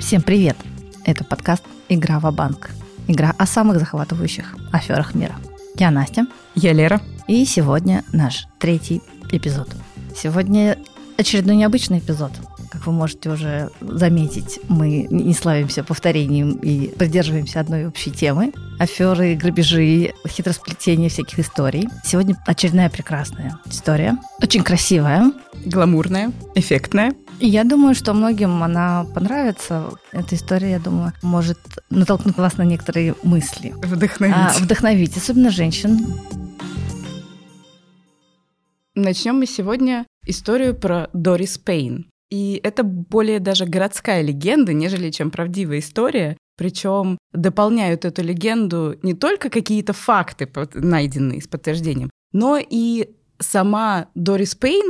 Всем привет! Это подкаст «Игра ва-банк». Игра о самых захватывающих аферах мира. Я Настя. Я Лера. И сегодня наш 3-й эпизод. Сегодня очередной необычный эпизод. Как вы можете уже заметить, мы не славимся повторением и придерживаемся одной общей темы. Аферы, грабежи, хитросплетения всяких историй. Сегодня очередная прекрасная история. Очень красивая. Гламурная, эффектная. И я думаю, что многим она понравится. Эта история, я думаю, может натолкнуть вас на некоторые мысли. Вдохновить, особенно женщин. Начнем мы сегодня историю про Дорис Пейн. И это более даже городская легенда, нежели чем правдивая история. Причем дополняют эту легенду не только какие-то факты, найденные с подтверждением, но и сама Дорис Пейн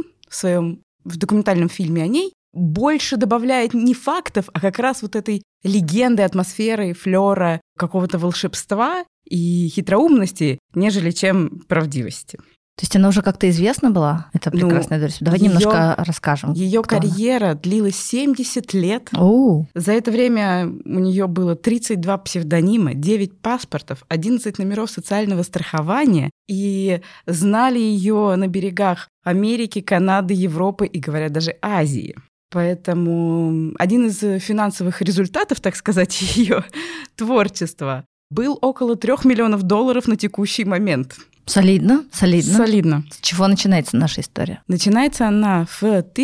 в документальном фильме о ней больше добавляет не фактов, а как раз вот этой легенды, атмосферы, флёра, какого-то волшебства и хитроумности, нежели чем правдивости. То есть она уже как-то известна была, эта прекрасная Дорис? Давай немножко расскажем. Ее карьера длилась 70 лет. Оу. За это время у нее было 32 псевдонима, 9 паспортов, 11 номеров социального страхования. И знали ее на берегах Америки, Канады, Европы и, говорят, даже Азии. Поэтому один из финансовых результатов, так сказать, ее творчества был около $3 миллионов на текущий момент. Солидно. Солидно. С чего начинается наша история? Начинается она в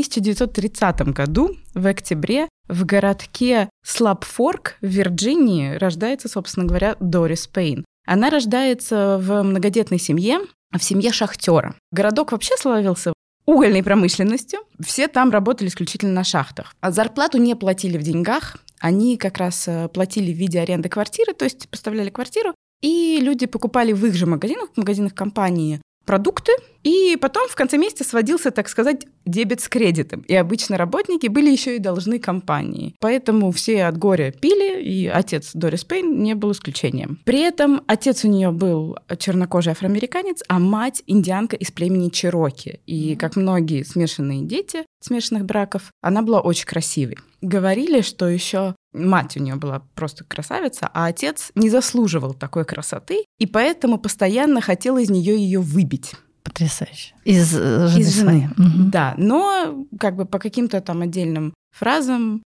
1930 году, в октябре, в городке Слабфорк в Вирджинии рождается, собственно говоря, Дорис Пейн. Она рождается в многодетной семье, в семье шахтера. Городок вообще славился угольной промышленностью. Все там работали исключительно на шахтах. А зарплату не платили в деньгах. Они как раз платили в виде аренды квартиры, то есть поставляли квартиру. И люди покупали в их же магазинах, в магазинах компании, продукты, и потом в конце месяца сводился, так сказать, дебет с кредитом. И обычно работники были еще и должны компании. Поэтому все от горя пили, и отец Дорис Пейн не был исключением. При этом отец у нее был чернокожий афроамериканец, а мать индианка из племени Чероки. И, как многие смешанные дети смешанных браков, она была очень красивой. Говорили, что еще мать у нее была просто красавица, а отец не заслуживал такой красоты, и поэтому постоянно хотел из нее ее выбить. Потрясающе. Из жены. Угу. Да, но как бы по каким-то там отдельным фразам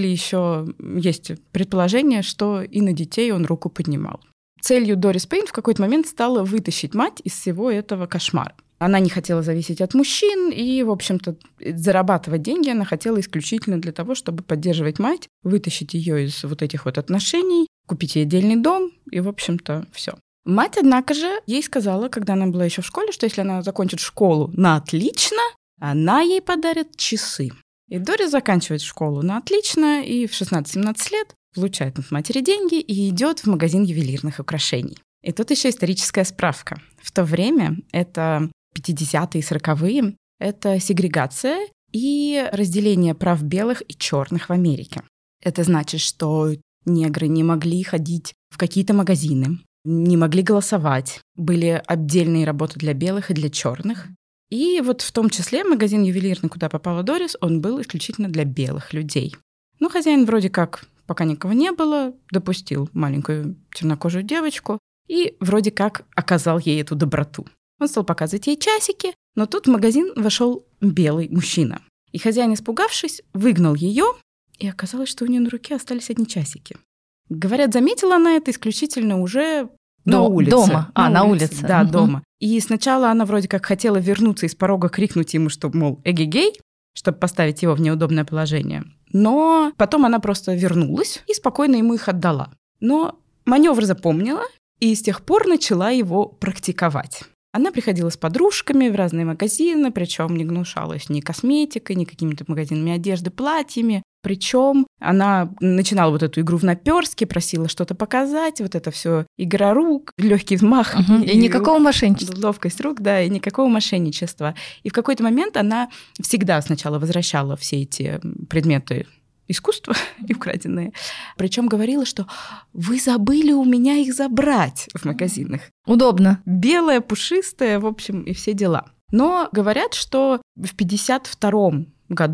есть предположение, что и на детей он руку поднимал. Целью Дорис Пейн в какой-то момент стало вытащить мать из всего этого кошмара. Она не хотела зависеть от мужчин, и, в общем-то, зарабатывать деньги она хотела исключительно для того, чтобы поддерживать мать, вытащить ее из вот этих вот отношений, купить ей отдельный дом, и, в общем-то, все. Мать, однако же, ей сказала, когда она была еще в школе, что если она закончит школу на отлично, она ей подарит часы. И Дорис заканчивает школу на отлично, и в 16-17 лет получает от матери деньги и идет в магазин ювелирных украшений. И тут еще историческая справка. В то время, это 50-е и 40-е, это сегрегация и разделение прав белых и черных в Америке. Это значит, что негры не могли ходить в какие-то магазины, не могли голосовать, были отдельные работы для белых и для черных. И вот в том числе магазин ювелирный, куда попала Дорис, он был исключительно для белых людей. Но хозяин вроде как, пока никого не было, допустил маленькую чернокожую девочку и вроде как оказал ей эту доброту. Он стал показывать ей часики, но тут в магазин вошел белый мужчина. И хозяин, испугавшись, выгнал ее, и оказалось, что у нее на руке остались одни часики. Говорят, заметила она это исключительно уже на улице. Дома? На улице. Да, дома. И сначала она вроде как хотела вернуться и с порога крикнуть ему, что, мол, эгегей, чтобы поставить его в неудобное положение. Но потом она просто вернулась и спокойно ему их отдала. Но маневр запомнила и с тех пор начала его практиковать. Она приходила с подружками в разные магазины, причем не гнушалась ни косметикой, ни какими-то магазинами одежды, платьями. Причем она начинала вот эту игру в наперстке, просила что-то показать, вот это все игра рук, легкий взмах. И никакого мошенничества. Ловкость рук, да, и никакого мошенничества. И в какой-то момент она всегда сначала возвращала все эти предметы искусства и украденные. Причем говорила, что вы забыли у меня их забрать в магазинах. Удобно. Белое, пушистое, в общем, и все дела. Но говорят, что в 1952 году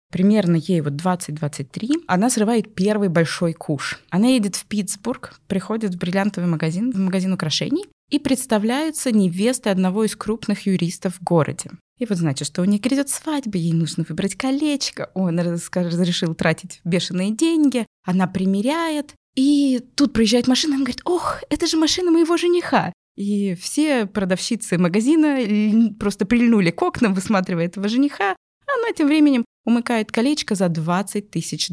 примерно ей 20-23, она срывает первый большой куш. Она едет в Питтсбург, приходит в бриллиантовый магазин, в магазин украшений, и представляется невестой одного из крупных юристов в городе. И вот значит, что у нее грядет свадьба, ей нужно выбрать колечко, он разрешил тратить бешеные деньги, она примеряет, и тут проезжает машина, и он говорит: ох, это же машина моего жениха. И все продавщицы магазина просто прильнули к окнам, высматривая этого жениха, а она тем временем умыкает колечко за $20 тысяч.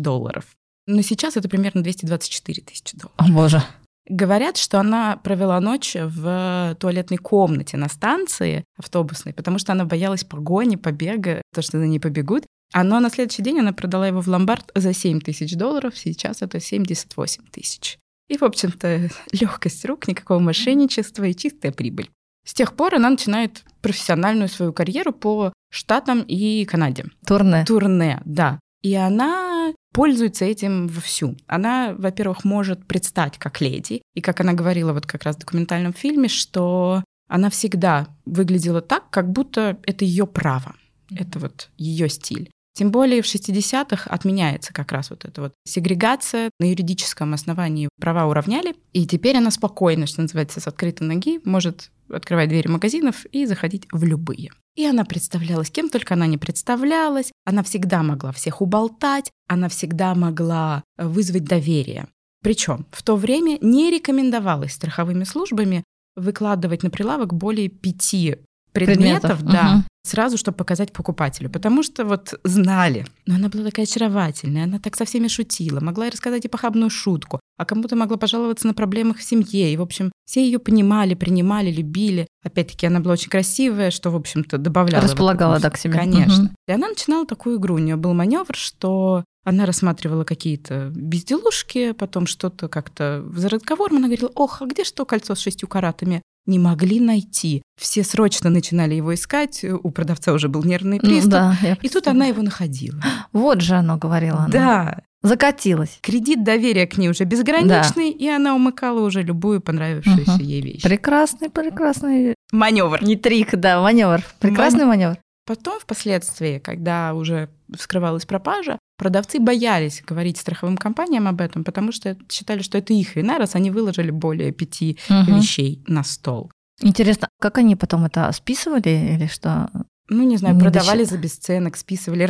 Но сейчас это примерно $224 тысячи. О, боже. Говорят, что она провела ночь в туалетной комнате на станции автобусной, потому что она боялась погони, побега, то, что за ней побегут. Но на следующий день она продала его в ломбард за $7 тысяч, сейчас это 78 тысяч. И, в общем-то, легкость рук, никакого мошенничества и чистая прибыль. С тех пор она начинает профессиональную свою карьеру по Штатам и Канаде. Турне, да. И она пользуется этим вовсю. Она, во-первых, может предстать как леди. И, как она говорила вот как раз в документальном фильме, что она всегда выглядела так, как будто это ее право. Это вот ее стиль. Тем более в 60-х отменяется как раз вот эта вот сегрегация. На юридическом основании права уравняли. И теперь она спокойно, что называется, с открытой ноги может открывать двери магазинов и заходить в любые. И она представлялась, кем только она не представлялась. Она всегда могла всех уболтать, она всегда могла вызвать доверие. Причем в то время не рекомендовалось страховыми службами выкладывать на прилавок более 5 предметов, да, сразу, чтобы показать покупателю. Потому что вот знали. Но она была такая очаровательная, она так со всеми шутила, могла и рассказать и похабную шутку, а кому-то могла пожаловаться на проблемах в семье. И, в общем, все ее понимали, принимали, любили. Опять-таки, она была очень красивая, что, в общем-то, добавляло. Располагала, да, к себе. Конечно. И она начинала такую игру. У нее был маневр, что она рассматривала какие-то безделушки, потом что-то как-то за разговором она говорила: ох, а где что кольцо с 6 каратами? Не могли найти. Все срочно начинали его искать, у продавца уже был нервный приступ, да, и тут она его находила. Вот же оно, говорила она. Да. Закатилась. Кредит доверия к ней уже безграничный, да. И она умыкала уже любую понравившуюся ей вещь. Прекрасный маневр. Не трик, да, маневр. Прекрасный маневр. Потом, впоследствии, когда уже вскрывалась пропажа, продавцы боялись говорить страховым компаниям об этом, потому что считали, что это их вина, раз они выложили более 5 вещей на стол. Интересно, как они потом это списывали или что? Ну, не знаю, продавали за бесценок, списывали,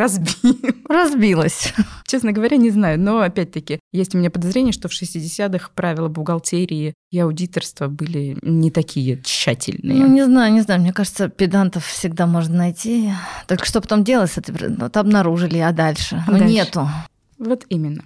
разбилось. Честно говоря, не знаю. Но, опять-таки, есть у меня подозрение, что в 60-х правила бухгалтерии и аудиторства были не такие тщательные. Ну, не знаю. Мне кажется, педантов всегда можно найти. Только что потом делать с этой... Вот обнаружили, а дальше? Ну, нету. Вот именно.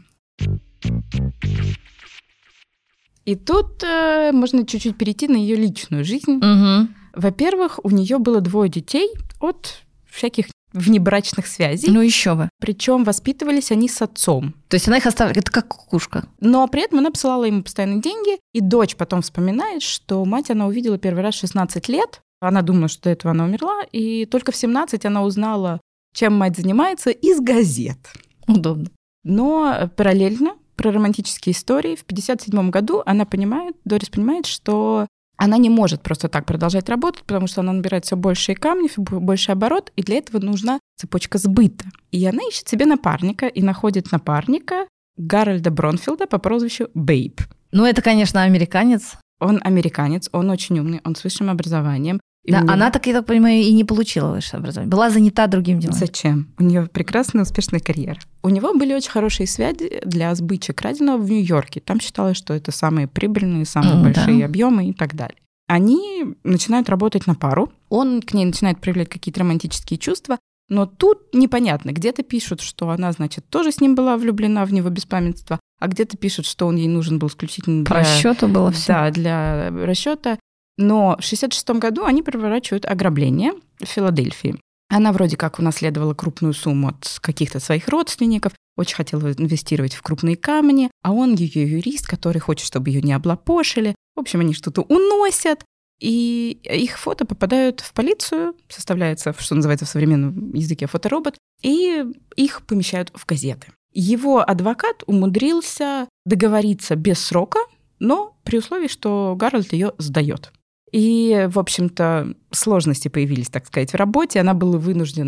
И тут можно чуть-чуть перейти на ее личную жизнь. Угу. Во-первых, у нее было 2 детей от всяких внебрачных связей. Ну еще бы. Причем воспитывались они с отцом. То есть она их оставила, это как кукушка. Но при этом она посылала ему постоянно деньги, и дочь потом вспоминает, что мать она увидела первый раз в 16 лет. Она думала, что до этого она умерла, и только в 17 она узнала, чем мать занимается, из газет. Удобно. Но параллельно про романтические истории в 1957 году Дорис понимает, что она не может просто так продолжать работать, потому что она набирает все больше камней, все больше оборот, и для этого нужна цепочка сбыта. И она ищет себе напарника, и находит напарника Гарольда Бронфилда по прозвищу Бэйб. Ну, это, конечно, американец. Он американец, он очень умный, он с высшим образованием. Да, она, так, я так понимаю, и не получила высшее образование. Была занята другим делом. Зачем? У нее прекрасная, успешная карьера. У него были очень хорошие связи для сбычи краденого в Нью-Йорке. Там считалось, что это самые прибыльные, самые большие объемы и так далее. Они начинают работать на пару. Он к ней начинает проявлять какие-то романтические чувства. Но тут непонятно. Где-то пишут, что она, значит, тоже с ним была влюблена в него без памятства, а где-то пишут, что он ей нужен был исключительно для... По расчету было все. Да, для расчета. Но в 1966 году они проворачивают ограбление в Филадельфии. Она вроде как унаследовала крупную сумму от каких-то своих родственников, очень хотела инвестировать в крупные камни, а он ее юрист, который хочет, чтобы ее не облапошили. В общем, они что-то уносят, и их фото попадают в полицию, составляется, что называется в современном языке, фоторобот, и их помещают в газеты. Его адвокат умудрился договориться без срока, но при условии, что Гарольд ее сдаёт. И, в общем-то, сложности появились, так сказать, в работе. Она была вынуждена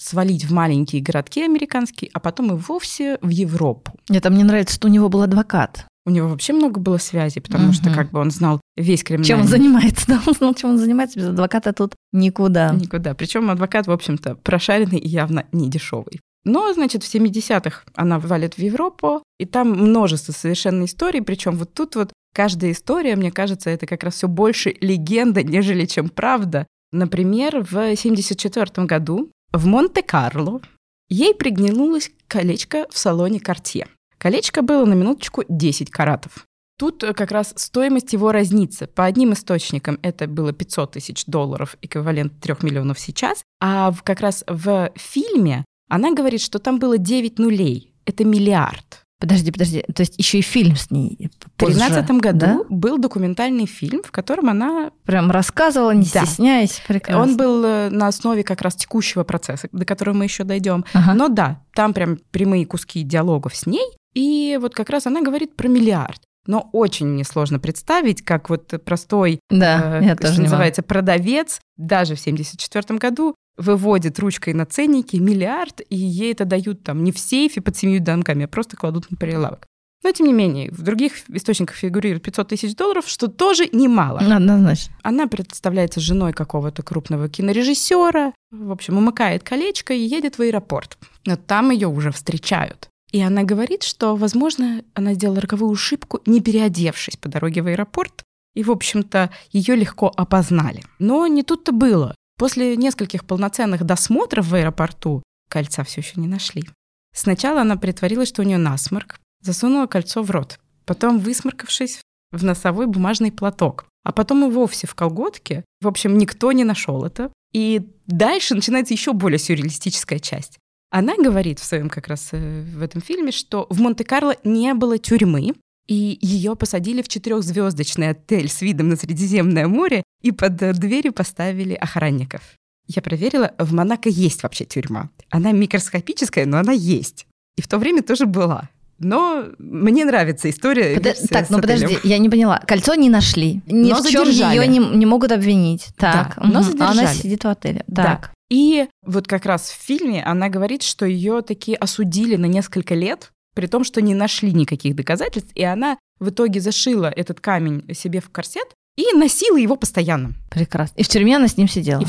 свалить в маленькие городки американские, а потом и вовсе в Европу. Мне нравится, что у него был адвокат. У него вообще много было связей, потому что как бы он знал весь криминальный... Чем он занимается, да? Он знал, чем он занимается, без адвоката тут никуда. Никуда. Причем адвокат, в общем-то, прошаренный и явно не дешевый. Но, значит, в 70-х она валит в Европу, и там множество совершенно историй, причем вот тут вот каждая история, мне кажется, это как раз все больше легенда, нежели чем правда. Например, в 1974 году в Монте-Карло ей приглянулось колечко в салоне Cartier. Колечко было, на минуточку, 10 каратов. Тут как раз стоимость его разнится. По одним источникам это было $500 тысяч, эквивалент 3 миллионов сейчас. А как раз в фильме она говорит, что там было 9 нулей. Это миллиард. Подожди. То есть еще и фильм с ней позже, в 2013 году да? был документальный фильм, в котором она... Прям рассказывала, не стесняясь. Прекрасно. Он был на основе как раз текущего процесса, до которого мы еще дойдем. Ага. Но да, там прям прямые куски диалогов с ней. И вот как раз она говорит про миллиард. Но очень мне сложно представить, как вот простой, что называется, продавец, даже в 1974 году выводит ручкой на ценники миллиард, и ей это дают там не в сейфе под 7 замками, а просто кладут на прилавок. Но, тем не менее, в других источниках фигурирует $500 тысяч, что тоже немало. Однозначно. Она представляется женой какого-то крупного кинорежиссера, в общем, умыкает колечко и едет в аэропорт. Но там ее уже встречают. И она говорит, что, возможно, она сделала роковую ошибку, не переодевшись по дороге в аэропорт, и, в общем-то, ее легко опознали. Но не тут-то было. После нескольких полноценных досмотров в аэропорту кольца все еще не нашли. Сначала она притворилась, что у нее насморк, засунула кольцо в рот, потом, высморкавшись, в носовой бумажный платок, а потом и вовсе в колготке. В общем, никто не нашел это. И дальше начинается еще более сюрреалистическая часть. Она говорит в своем как раз в этом фильме, что в Монте-Карло не было тюрьмы, и ее посадили в 4-звездочный отель с видом на Средиземное море, и под дверью поставили охранников. Я проверила, в Монако есть вообще тюрьма. Она микроскопическая, но она есть. И в то время тоже была. Но мне нравится история. Подожди, я не поняла. Кольцо не нашли. Ни в чем ее не могут обвинить. Так, да, но задержали. Она сидит в отеле. Да. Так. И вот как раз в фильме она говорит, что ее таки осудили на несколько лет, при том, что не нашли никаких доказательств, и она в итоге зашила этот камень себе в корсет и носила его постоянно. Прекрасно. И в тюрьме она с ним сидела.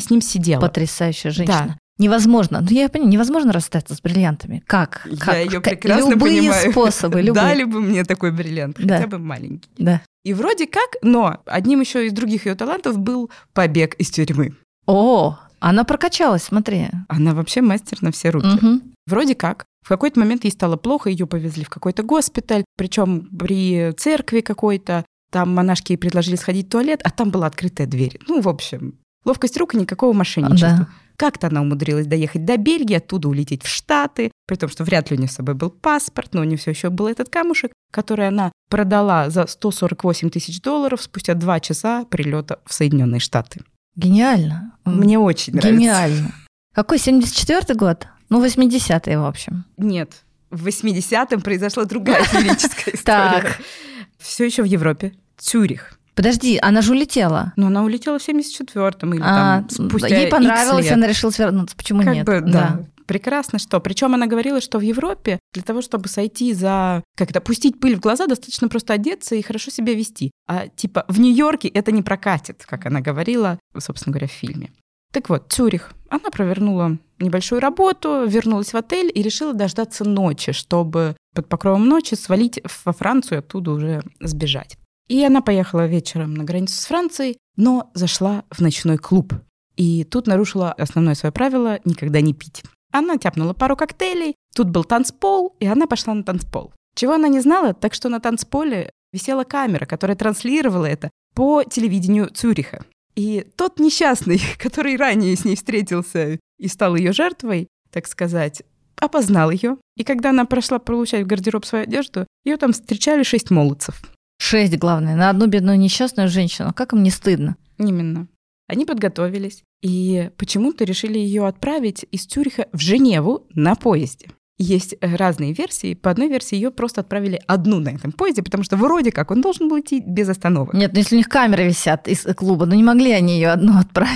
Потрясающая женщина. Да. Невозможно. Я понимаю, невозможно расстаться с бриллиантами. Как? Я ее прекрасно понимаю. Любые способы. Дали бы мне такой бриллиант, хотя бы маленький. Да. И вроде как, но одним еще из других ее талантов был побег из тюрьмы. О, она прокачалась, смотри. Она вообще мастер на все руки. Угу. Вроде как. В какой-то момент ей стало плохо, ее повезли в какой-то госпиталь, причем при церкви какой-то. Там монашки ей предложили сходить в туалет, а там была открытая дверь. В общем, ловкость рук и никакого мошенничества. Да. Как-то она умудрилась доехать до Бельгии, оттуда улететь в Штаты, при том, что вряд ли у нее с собой был паспорт, но у нее все еще был этот камушек, который она продала за $148 тысяч спустя 2 часа прилета в Соединенные Штаты. Гениально. Мне очень нравится. Гениально. Какой, 74-й год? 80-е, в общем. Нет, в 80-м произошла другая феерическая история. Так. Все еще в Европе. Цюрих. Подожди, она же улетела. Но она улетела в 74-м или там спустя ей понравилось, X лет. она решила вернуться. Почему как нет? Бы, да. Прекрасно, что. Причем она говорила, что в Европе для того, чтобы сойти за... пустить пыль в глаза, достаточно просто одеться и хорошо себя вести. А типа в Нью-Йорке это не прокатит, как она говорила, собственно говоря, в фильме. Так вот, Цюрих. Она провернула небольшую работу, вернулась в отель и решила дождаться ночи, чтобы под покровом ночи свалить во Францию, оттуда уже сбежать. И она поехала вечером на границу с Францией, но зашла в ночной клуб. И тут нарушила основное свое правило – никогда не пить. Она тяпнула пару коктейлей, тут был танцпол, и она пошла на танцпол. Чего она не знала, так что на танцполе висела камера, которая транслировала это по телевидению Цюриха. И тот несчастный, который ранее с ней встретился и стал ее жертвой, так сказать, опознал ее. И когда она прошла получать в гардероб свою одежду, ее там встречали 6 молодцев. 6, главное, на одну бедную несчастную женщину. Как им не стыдно? Именно. Они подготовились и почему-то решили ее отправить из Цюриха в Женеву на поезде. Есть разные версии. По одной версии ее просто отправили одну на этом поезде, потому что вроде как он должен был идти без остановок. Нет, если у них камеры висят из клуба, не могли они ее одну отправить.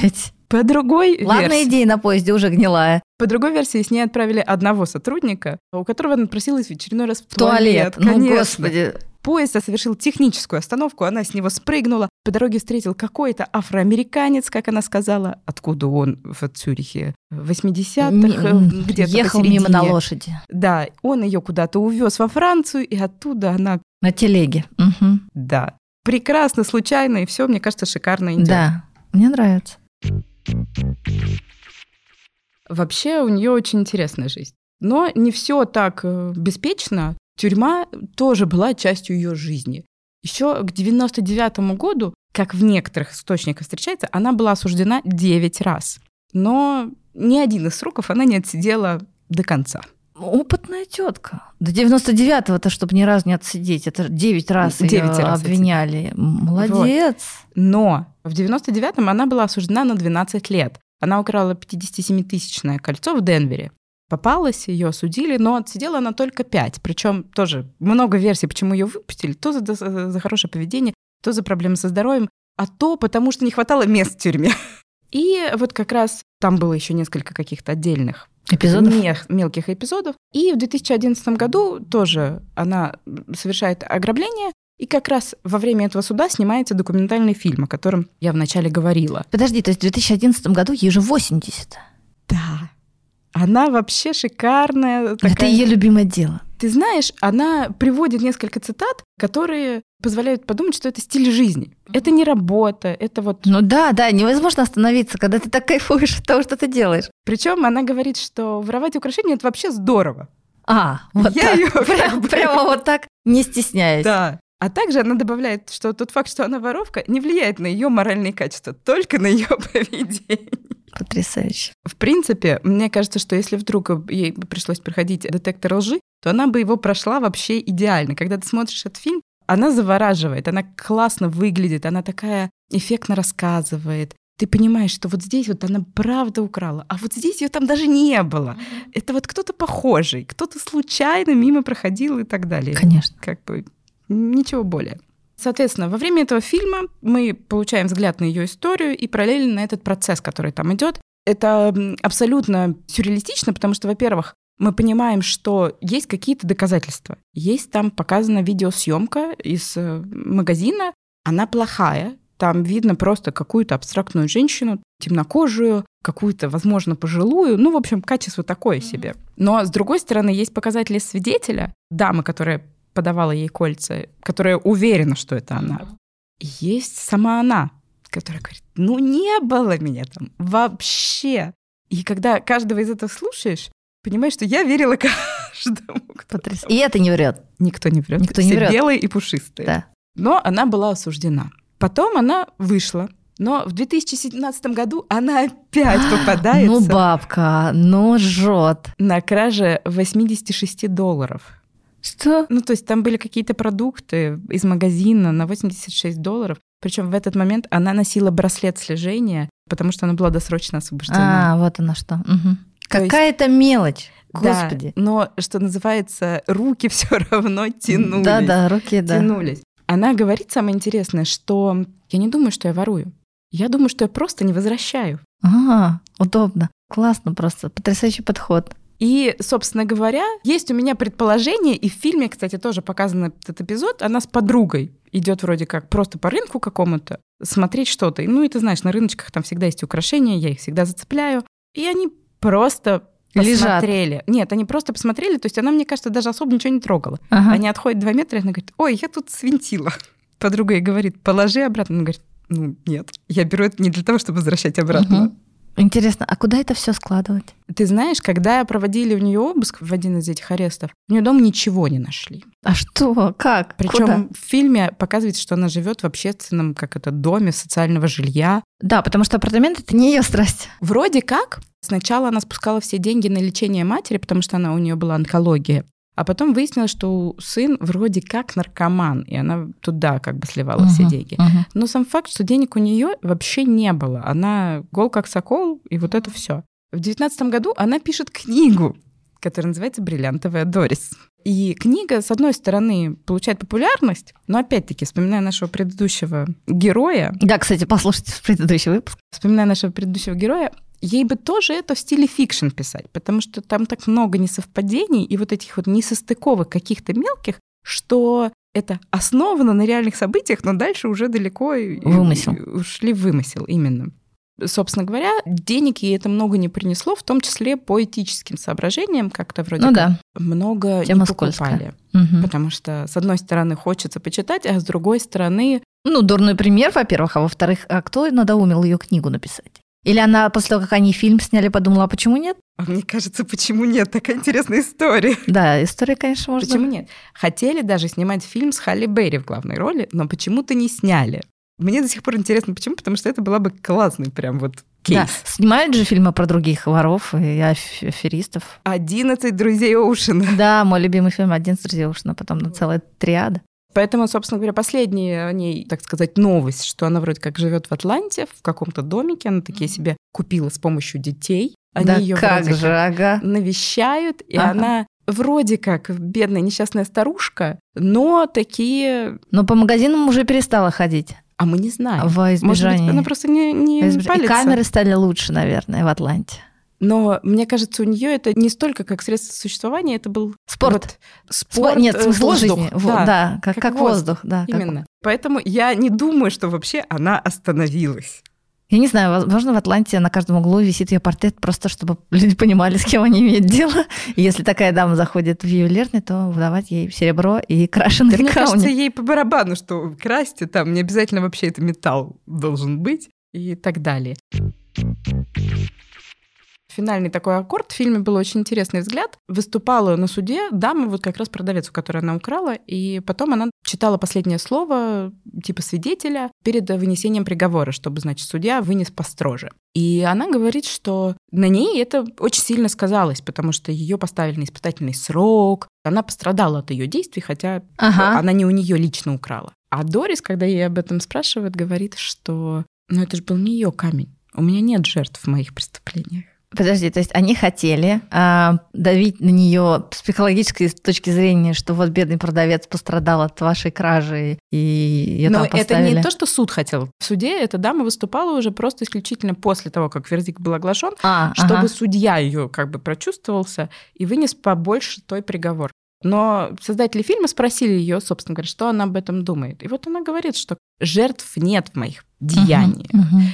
По другой Ладно, версии... идея на поезде уже гнилая. По другой версии, с ней отправили одного сотрудника, у которого она просилась в очередной раз в Туалет. Конечно. Ну, господи. Поезд совершил техническую остановку, она с него спрыгнула. По дороге встретил какой-то афроамериканец, как она сказала. Откуда он в Цюрихе? В 80-х, где-то ехал посередине. мимо на лошади. Да, он ее куда-то увез во Францию, и оттуда она... На телеге. Угу. Да. Прекрасно, случайно, и все, мне кажется, шикарно идет. Да, мне нравится. Вообще у нее очень интересная жизнь. Но не все так беспечно. Тюрьма тоже была частью ее жизни. Еще к 99-му году, как в некоторых источниках встречается, она была осуждена 9 раз. Но ни один из сроков она не отсидела до конца. Опытная тетка. До 99-го-то, чтобы ни разу не отсидеть. Это 9 раз ее обвиняли. Молодец. Вот. Но в 99-м она была осуждена на 12 лет. Она украла 57-тысячное кольцо в Денвере. Попалась, ее осудили, но отсидела она только 5. Причем тоже много версий, почему ее выпустили. То за хорошее поведение, то за проблемы со здоровьем, а то потому, что не хватало мест в тюрьме. И вот как раз там было еще несколько каких-то отдельных эпизодов? Мелких эпизодов. И в 2011 году тоже она совершает ограбление. И как раз во время этого суда снимается документальный фильм, о котором я вначале говорила. Подожди, то есть в 2011 году ей же 80? Да. Она вообще шикарная. Такая... Это ее любимое дело. Ты знаешь, она приводит несколько цитат, которые позволяют подумать, что это стиль жизни. Это не работа, это вот... Ну да, невозможно остановиться, когда ты так кайфуешь от того, что ты делаешь. Причем она говорит, что воровать украшения — это вообще здорово. Вот я так. Прямо вот так, не стесняясь. Да. А также она добавляет, что тот факт, что она воровка, не влияет на ее моральные качества, только на ее поведение. Потрясающе. В принципе, мне кажется, что если вдруг ей пришлось проходить детектор лжи, то она бы его прошла вообще идеально. Когда ты смотришь этот фильм, она завораживает, она классно выглядит, она такая эффектно рассказывает. Ты понимаешь, что вот здесь вот она правда украла, а вот здесь ее там даже не было. Это вот кто-то похожий, кто-то случайно мимо проходил и так далее. Конечно. Как бы ничего более. Соответственно, во время этого фильма мы получаем взгляд на ее историю и параллельно на этот процесс, который там идет. Это абсолютно сюрреалистично, потому что, во-первых, мы понимаем, что есть какие-то доказательства. Есть там показана видеосъемка из магазина, она плохая. Там видно просто какую-то абстрактную женщину, темнокожую, какую-то, возможно, пожилую. Ну, в общем, качество такое себе. Но, с другой стороны, есть показатели свидетеля, дамы, которая подавала ей кольца, которая уверена, что это она. И есть сама она, которая говорит, ну не было меня там вообще. И когда каждого из этого слушаешь, понимаешь, что я верила каждому. И это не врет. Никто не врет. Никто не Все врет. белые и пушистые. Да. Но она была осуждена. Потом она вышла. Но в 2017 году она опять попадается. Ну, бабка, ну, жжет. На краже $86. Что? Ну, то есть там были какие-то продукты из магазина на $86. Причем в этот момент она носила браслет слежения, потому что она была досрочно освобождена. Вот она что. Угу. Какая-то мелочь. Господи. Да, но, что называется, руки все равно тянулись. Да, руки, да. Тянулись. Она говорит самое интересное, что я не думаю, что я ворую. Я думаю, что я просто не возвращаю. Удобно. Классно просто. Потрясающий подход. И, собственно говоря, есть у меня предположение, и в фильме, кстати, тоже показан этот эпизод, она с подругой идет вроде как просто по рынку какому-то, смотреть что-то. Ну, и ты знаешь, на рыночках там всегда есть украшения, я их всегда зацепляю. И они просто посмотрели. Лежат. Нет, они просто посмотрели, то есть она, мне кажется, даже особо ничего не трогала. Они отходят 2 метра, и она говорит, ой, я тут свинтила. Подруга ей говорит, положи обратно. Она говорит, ну, нет, я беру это не для того, чтобы возвращать обратно. Интересно, а куда это все складывать? Ты знаешь, когда проводили у нее обыск в один из этих арестов, у нее дома ничего не нашли. А что? Как? Причем в фильме показывается, что она живет в общественном, доме социального жилья. Да, потому что апартаменты — это не ее страсть. Вроде как. Сначала она спускала все деньги на лечение матери, потому что у нее была онкология. А потом выяснилось, что сын вроде как наркоман, и она туда сливала все деньги. Но сам факт, что денег у нее вообще не было. Она гол как сокол, и вот это все. В 2019 году она пишет книгу, которая называется «Бриллиантовая Дорис». И книга, с одной стороны, получает популярность, но опять-таки, вспоминая нашего предыдущего героя... Да, кстати, послушайте предыдущий выпуск. вспоминая нашего предыдущего героя, ей бы тоже это в стиле фикшн писать, потому что там так много несовпадений и вот этих вот несостыковок каких-то мелких, что это основано на реальных событиях, но дальше уже далеко ушли в вымысел, именно. Собственно говоря, денег ей это много не принесло, в том числе по этическим соображениям, как-то вроде много тема не покупали. Потому что, с одной стороны, хочется почитать, а с другой стороны... Дурной пример, во-первых, а во-вторых, а кто надоумил ее книгу написать? Или она после того, как они фильм сняли, подумала, а почему нет? А мне кажется, почему нет? Такая интересная история. Да, история, конечно, можно... Почему нет? Хотели даже снимать фильм с Халли Берри в главной роли, но почему-то не сняли. Мне до сих пор интересно, почему, потому что это была бы классный прям вот кейс. Да, снимают же фильмы про других воров и аферистов. 11 друзей Оушена. Да, мой любимый фильм «11 друзей Оушена», потом целая триада. Поэтому, собственно говоря, последняя о ней, так сказать, новость, что она вроде как живет в Атланте, в каком-то домике, она такие себе купила с помощью детей. Они да ее как же, ага. навещают, и она вроде как бедная несчастная старушка, но такие... Но по магазинам уже перестала ходить. А мы не знаем. Во избежание. Может быть, она просто не палится. И камеры стали лучше, наверное, в Атланте. Но мне кажется, у нее это не столько как средство существования, это был спорт. Спорт. Нет, смысл воздух. жизни. Да, как воздух. Да, именно. Как... Поэтому я не думаю, что вообще она остановилась. Я не знаю, возможно, в Атланте на каждом углу висит ее портрет, просто чтобы люди понимали, с кем они имеют дело. И если такая дама заходит в ювелирный, то выдавать ей серебро и крашеные камни. Мне кажется, ей по барабану, что красть, там не обязательно вообще это металл должен быть и так далее. Финальный такой аккорд. В фильме был очень интересный взгляд. Выступала на суде дама, вот как раз продавец, у которой она украла, и потом она читала последнее слово, типа свидетеля, перед вынесением приговора, чтобы, значит, судья вынес построже. И она говорит, что на ней это очень сильно сказалось, потому что ее поставили на испытательный срок, она пострадала от ее действий, хотя она не у нее лично украла. А Дорис, когда ей об этом спрашивают, говорит, что это же был не ее камень. У меня нет жертв в моих преступлениях. Подожди, то есть они хотели давить на нее с психологической точки зрения, что вот бедный продавец пострадал от вашей кражи, и ее там поставили. Но это не то, что суд хотел. В суде эта дама выступала уже просто исключительно после того, как вердикт был оглашен, чтобы судья ее как бы прочувствовался и вынес побольше той приговор. Но создатели фильма спросили ее, собственно говоря, что она об этом думает. И вот она говорит, что жертв нет в моих деяниях.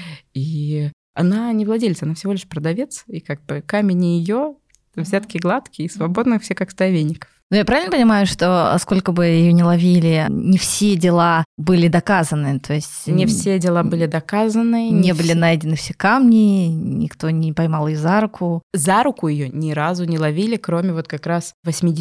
И она не владелец, она всего лишь продавец, и как бы камень не ее, взятки гладкие, и свободны все как стая веников. Ну, я правильно понимаю, что сколько бы ее ни ловили, не все дела были доказаны? То есть не все дела были доказаны. Не были найдены все камни, никто не поймал ее за руку. За руку ее ни разу не ловили, кроме вот как раз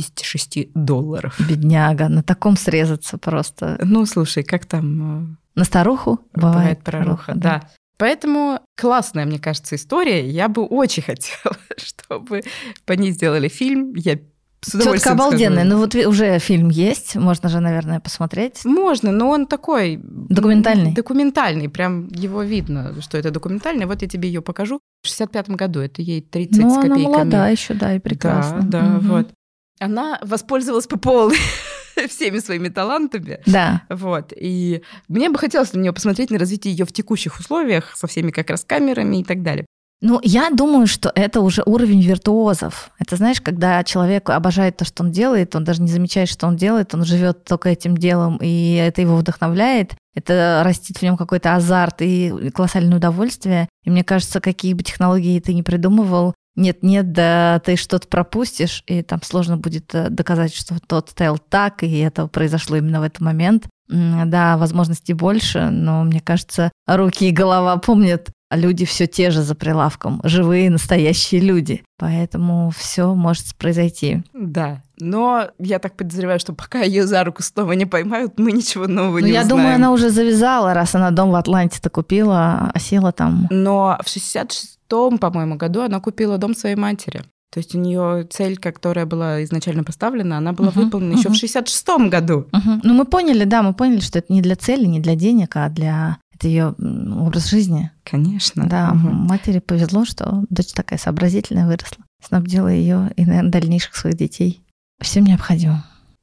$86. Бедняга, на таком срезаться просто. Ну, слушай, как там... На старуху бывает пророха, да. Поэтому классная, мне кажется, история. Я бы очень хотела, чтобы по ней сделали фильм. Я с удовольствием Тётка обалденная. Ну вот уже фильм есть, можно же, наверное, посмотреть. Можно, но он такой... Документальный? Документальный, прям его видно, что это документальный. Вот я тебе ее покажу. В 65-м году, это ей 30 с копейками. Ну, она молодая еще, да, и прекрасно. Да, вот. Она воспользовалась по полной всеми своими талантами. Да. Вот. И мне бы хотелось на нее посмотреть, на развитие ее в текущих условиях, со всеми как раз камерами и так далее. Ну, я думаю, что это уже уровень виртуозов. Это, знаешь, когда человек обожает то, что он делает, он даже не замечает, что он делает, он живет только этим делом, и это его вдохновляет. Это растит в нем какой-то азарт и колоссальное удовольствие. И мне кажется, какие бы технологии ты ни придумывал, нет, да ты что-то пропустишь, и там сложно будет доказать, что тот стоял так, и это произошло именно в этот момент. Да, возможностей больше, но мне кажется, руки и голова помнят, а люди все те же за прилавком, живые, настоящие люди. Поэтому все может произойти. Да, но я так подозреваю, что пока ее за руку снова не поймают, мы ничего нового не узнаем. Я думаю, она уже завязала, раз она дом в Атланте-то купила, осела там. Но в 66-м, по-моему, году она купила дом своей матери. То есть у нее цель, которая была изначально поставлена, она была выполнена еще в 66-м году. Ну, мы поняли, что это не для цели, не для денег, а для... Это ее образ жизни. Конечно. Да, матери повезло, что дочь такая сообразительная выросла. Снабдила ее и, наверное, дальнейших своих детей всем необходимым.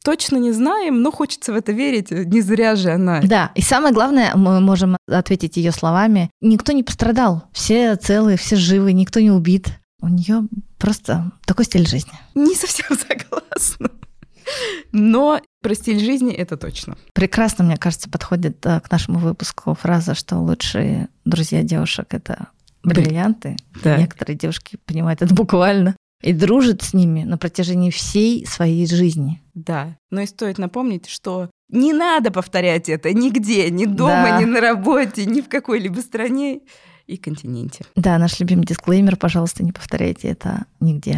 точно не знаем, но хочется в это верить, не зря же она. Да, и самое главное, мы можем ответить ее словами, никто не пострадал, все целые, все живы, никто не убит. У нее просто такой стиль жизни. Не совсем согласна. Но про стиль жизни это точно. Прекрасно, мне кажется, подходит к нашему выпуску фраза, что лучшие друзья девушек — это бриллианты. Да. Некоторые девушки понимают это буквально и дружат с ними на протяжении всей своей жизни. Да, но и стоит напомнить, что не надо повторять это нигде, ни дома, ни на работе, ни в какой-либо стране и континенте. Да, наш любимый дисклеймер, пожалуйста, не повторяйте это нигде.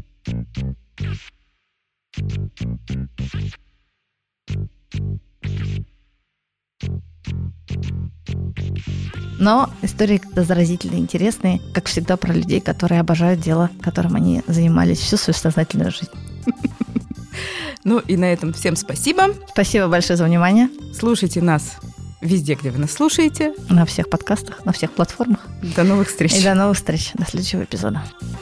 Но истории заразительно интересные, как всегда, про людей, которые обожают дело, которым они занимались всю свою сознательную жизнь. Ну и на этом всем спасибо. Спасибо большое за внимание. Слушайте нас везде, где вы нас слушаете. На всех подкастах, на всех платформах. До новых встреч. И до новых встреч. До следующего эпизода.